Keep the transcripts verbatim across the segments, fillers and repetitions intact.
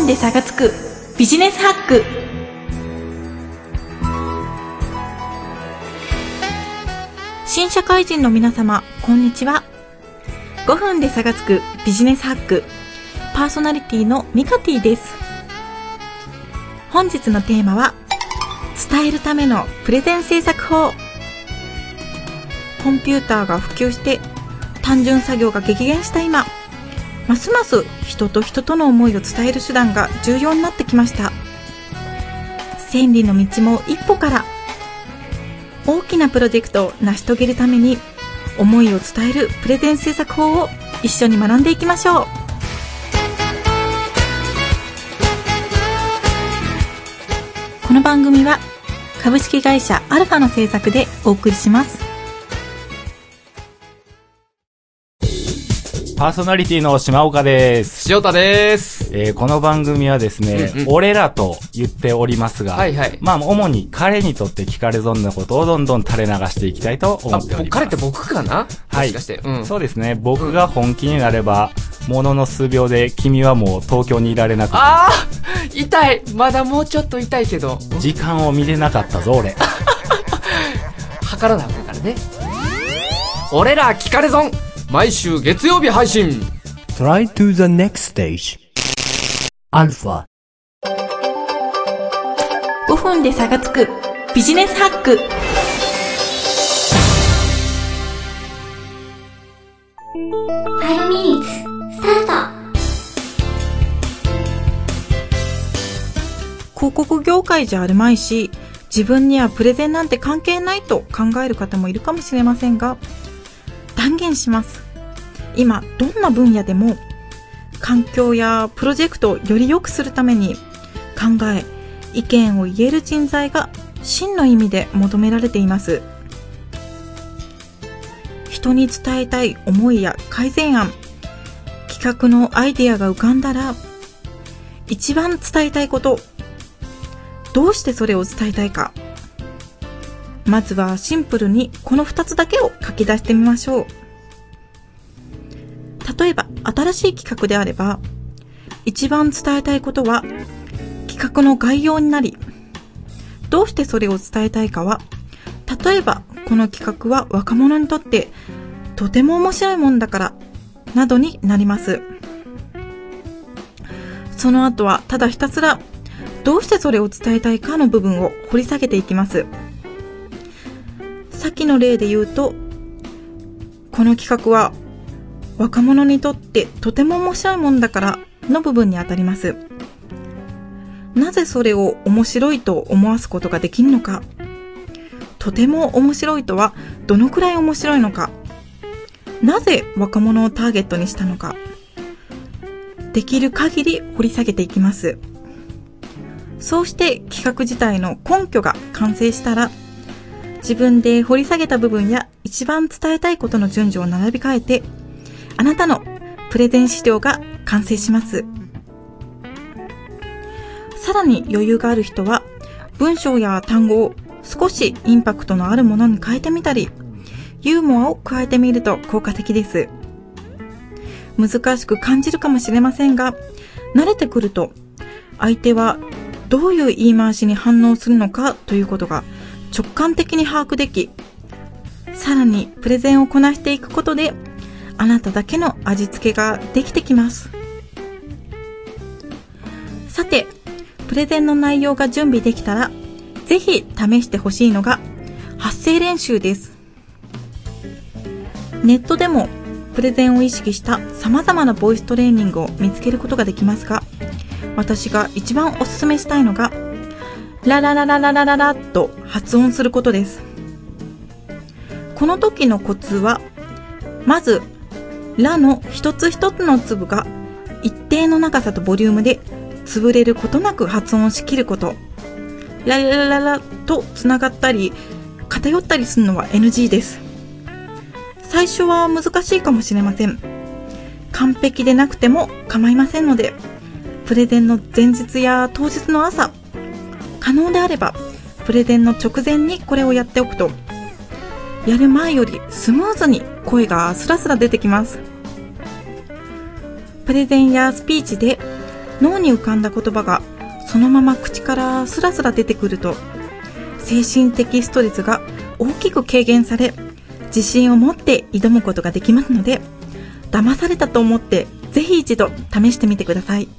分で差がつくビジネスハック。新社会人の皆様、こんにちは。ごふんで差がつくビジネスハック、パーソナリティのミカティです。本日のテーマは、伝えるためのプレゼン制作法。コンピューターが普及して単純作業が激減した今、ますます人と人との思いを伝える手段が重要になってきました。千里の道も一歩から。大きなプロジェクトを成し遂げるために思いを伝えるプレゼン制作法を一緒に学んでいきましょう。この番組は株式会社アルファの制作でお送りします。 パーソナリティの島岡です。 塩田です。 えー、この番組はですね、うんうん、俺らと言っておりますが、はいはい、まあ主に彼にとって聞かれ損なことをどんどん垂れ流していきたいと思っております。 彼って僕かな？ はい。 もしかして、うん、 そうですね。僕が本気になれば、ものの数秒で君はもう東京にいられなくて。 ああ、痛い。まだもうちょっと痛いけど。 時間を見れなかったぞ俺。 測らなあかんからね。俺ら聞かれ損。毎週月曜日配信。 Try to the next stage アルファ。 ごふんで差がつくビジネスハック。 ファイブミニッツスタート。 広告業界じゃあるまいし、自分にはプレゼンなんて関係ないと考える方もいるかもしれませんが、断言します。今どんな分野でも環境やプロジェクトをより良くするために考え、意見を言える人材が真の意味で求められています。人に伝えたい思いや改善案、企画のアイデアが浮かんだら、一番伝えたいこと、どうしてそれを伝えたいか、まずはシンプルにこのふたつだけを書き出してみましょう。例えば新しい企画であれば、一番伝えたいことは企画の概要になり、どうしてそれを伝えたいかは、例えばこの企画は若者にとってとても面白いもんだからなどになります。その後はただひたすらどうしてそれを伝えたいかの部分を掘り下げていきます。さっきの例で言うと、この企画は若者にとってとても面白いもんだからの部分にあたります。なぜそれを面白いと思わすことができるのか、とても面白いとはどのくらい面白いのか、なぜ若者をターゲットにしたのか、できる限り掘り下げていきます。そうして企画自体の根拠が完成したら、自分で掘り下げた部分や一番伝えたいことの順序を並び替えて、あなたのプレゼン資料が完成します。さらに余裕がある人は、文章や単語を少しインパクトのあるものに変えてみたり、ユーモアを加えてみると効果的です。難しく感じるかもしれませんが、慣れてくると相手はどういう言い回しに反応するのかということが直感的に把握でき、さらにプレゼンをこなしていくことで、あなただけの味付けができてきます。さて、プレゼンの内容が準備できたら、ぜひ試してほしいのが発声練習です。ネットでもプレゼンを意識した様々なボイストレーニングを見つけることができますが、私が一番おすすめしたいのが、ララララララララと発音することです。この時のコツは、まずラの一つ一つの粒が一定の長さとボリュームで潰れることなく発音しきること。ラララララとつながったり偏ったりするのは エヌジー です。最初は難しいかもしれません。完璧でなくても構いませんので、プレゼンの前日や当日の朝、可能であればプレゼンの直前にこれをやっておくと、やる前よりスムーズに声がスラスラ出てきます。プレゼンやスピーチで脳に浮かんだ言葉がそのまま口からスラスラ出てくると、精神的ストレスが大きく軽減され、自信を持って挑むことができますので、騙されたと思ってぜひ一度試してみてください。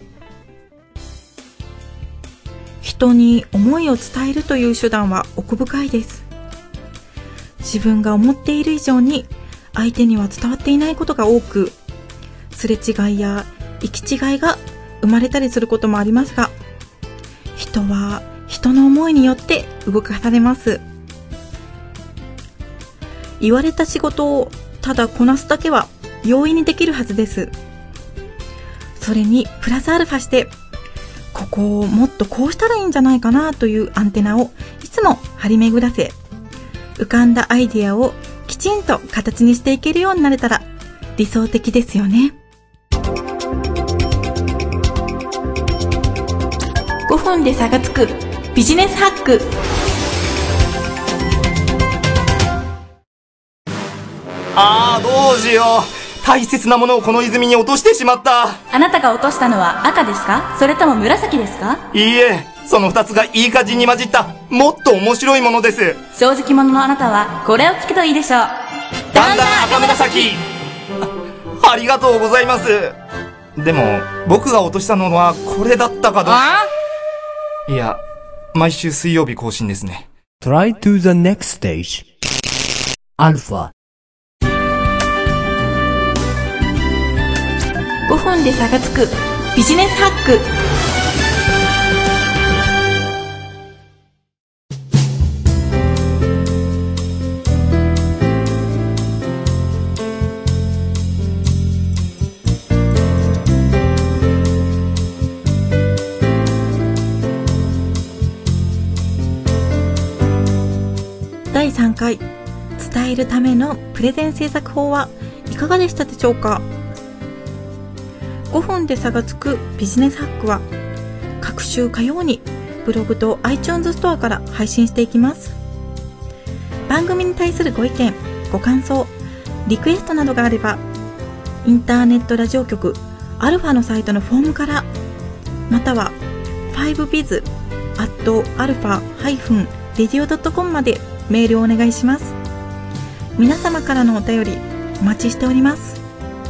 人に思いを伝えるという手段は奥深いです。自分が思っている以上に相手には伝わっていないことが多く、すれ違いや行き違いが生まれたりすることもありますが、人は人の思いによって動かされます。言われた仕事をただこなすだけは容易にできるはずです。それにプラスアルファして、ここをもっとこうしたらいいんじゃないかなというアンテナをいつも張り巡らせ、浮かんだアイデアをきちんと形にしていけるようになれたら理想的ですよね。ごふんで差がつくビジネスハック。 あー、どうしよう。大切なものをこの泉に落としてしまった。 あなたが落としたのは赤ですか、それとも紫ですか？ いいえ、その二つがいい感じに混じったもっと面白いものです。 正直者のあなたはこれを聞くといいでしょう。 だんだん赤紫。 あ, ありがとうございます。でも僕が落としたのはこれだったかどうか。いや、毎週水曜日更新ですね。 Try to the next stage. Alpha。 ごふんで差がつくビジネスハック。だいさんかい、伝えるためのプレゼン制作法はいかがでしたでしょうか。ごふんで差がつくビジネスハックは各週火曜にブログと iTunes ストアから配信していきます。番組に対するご意見、ご感想、リクエストなどがあれば、インターネットラジオ局アルファのサイトのフォームから、または ファイブビズ アット アルファ ハイフン レディオ ドットコム までメールをお願いします。皆様からのお便りお待ちしております。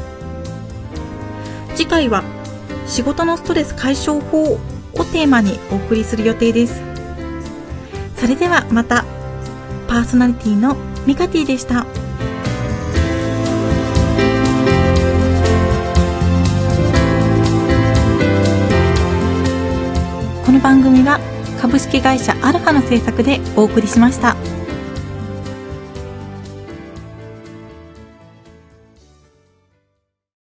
次回は仕事のストレス解消法をテーマにお送りする予定です。それではまた。パーソナリティのミカティでした。この番組は株式会社アルファの制作でお送りしました。